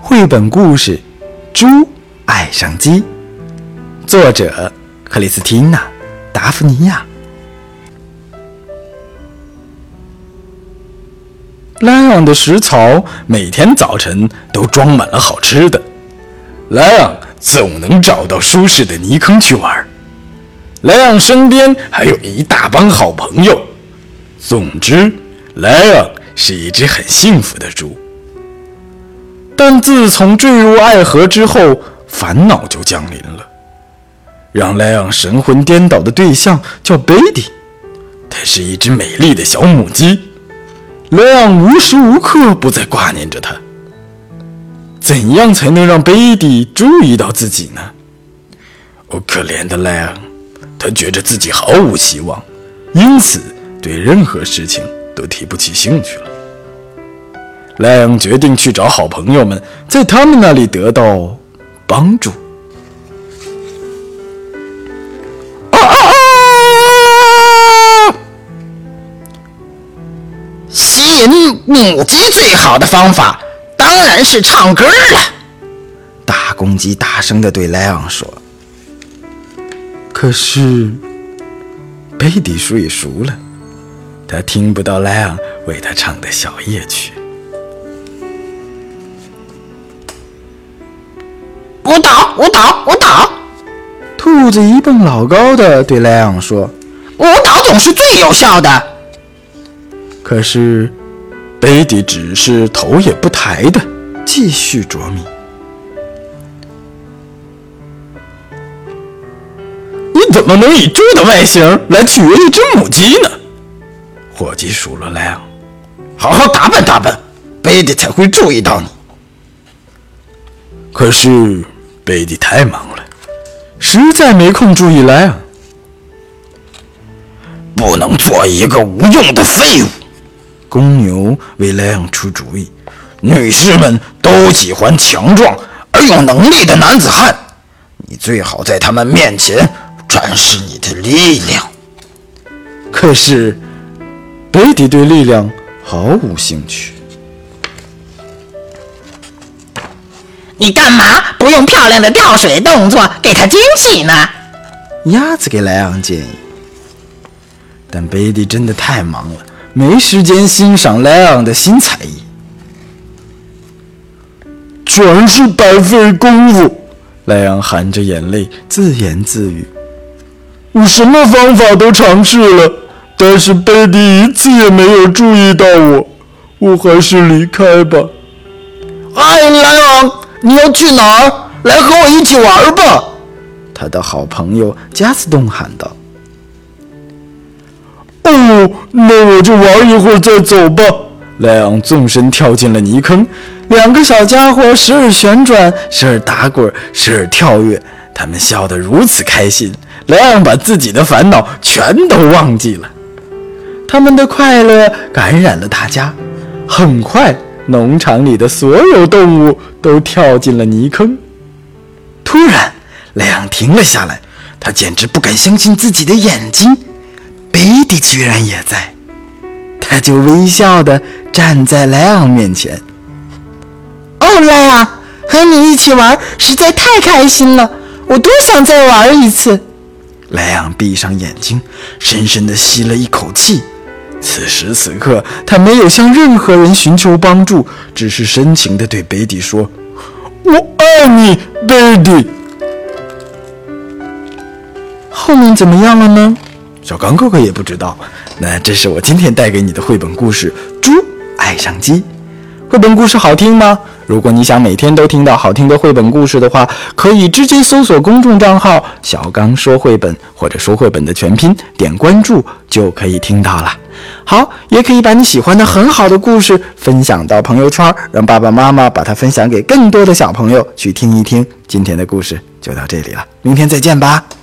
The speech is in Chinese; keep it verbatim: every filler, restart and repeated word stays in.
绘本故事《猪爱上鸡》，作者克里斯蒂娜·达芙尼亚。莱昂的食槽每天早晨都装满了好吃的，莱昂总能找到舒适的泥坑去玩。莱昂身边还有一大帮好朋友。总之，莱昂是一只很幸福的猪。但自从坠入爱河之后，烦恼就降临了。让莱昂神魂颠倒的对象叫贝蒂，它是一只美丽的小母鸡。莱昂无时无刻不在挂念着它。怎样才能让贝蒂注意到自己呢？哦，可怜的莱昂，他觉得自己毫无希望，因此对任何事情都提不起兴趣了。莱昂决定去找好朋友们，在他们那里得到帮助。啊啊啊！ 吸引母鸡最好的方法当然是唱歌了。 大公鸡大声地对莱昂说。可是贝蒂睡熟了，他听不到莱昂为他唱的小夜曲。 舞蹈，舞蹈，舞蹈！ 兔子一蹦老高的对莱昂说：“ 舞蹈总是最有效的。” 可是贝蒂只是头也不抬的继续啄米。你怎么能以猪的外形来取悦一只母鸡呢？伙计数落莱昂。 好好打扮打扮，贝蒂才会注意到你。 可是贝蒂太忙了，实在没空注意莱昂。 不能做一个无用的废物。 公牛为莱昂出主意。 女士们都喜欢强壮而有能力的男子汉，你最好在他们面前展示你的力量。 可是贝蒂对力量毫无兴趣。 你干嘛不用漂亮的跳水动作给他惊喜呢？ 鸭子给莱昂建议。但贝蒂真的太忙了，没时间欣赏莱昂的新才艺。全是白费功夫，莱昂含着眼泪自言自语。我什么方法都尝试了，但是贝蒂一次也没有注意到我，我还是离开吧。 哎，莱昂，你要去哪儿？来和我一起玩吧！ 他的好朋友加斯顿喊道。哦，那我就玩一会儿再走吧。莱昂纵身跳进了泥坑，两个小家伙时而旋转，时而打滚，时而跳跃，他们笑得如此开心，莱昂把自己的烦恼全都忘记了。他们的快乐感染了大家，很快农场里的所有动物都跳进了泥坑。突然莱昂停了下来，他简直不敢相信自己的眼睛，贝蒂居然也在。他就微笑地站在莱昂面前。 哦，莱昂，和你一起玩实在太开心了，我多想再玩一次。 莱昂闭上眼睛，深深地吸了一口气。此时此刻，他没有向任何人寻求帮助，只是深情地对贝蒂说：“我爱你，贝蒂。”后面怎么样了呢？小刚哥哥也不知道。那这是我今天带给你的绘本故事《猪爱上鸡》。绘本故事好听吗？如果你想每天都听到好听的绘本故事的话，可以直接搜索公众账号小刚说绘本，或者说绘本的全拼，点关注就可以听到了。好，也可以把你喜欢的很好的故事分享到朋友圈，让爸爸妈妈把它分享给更多的小朋友去听一听。今天的故事就到这里了，明天再见吧。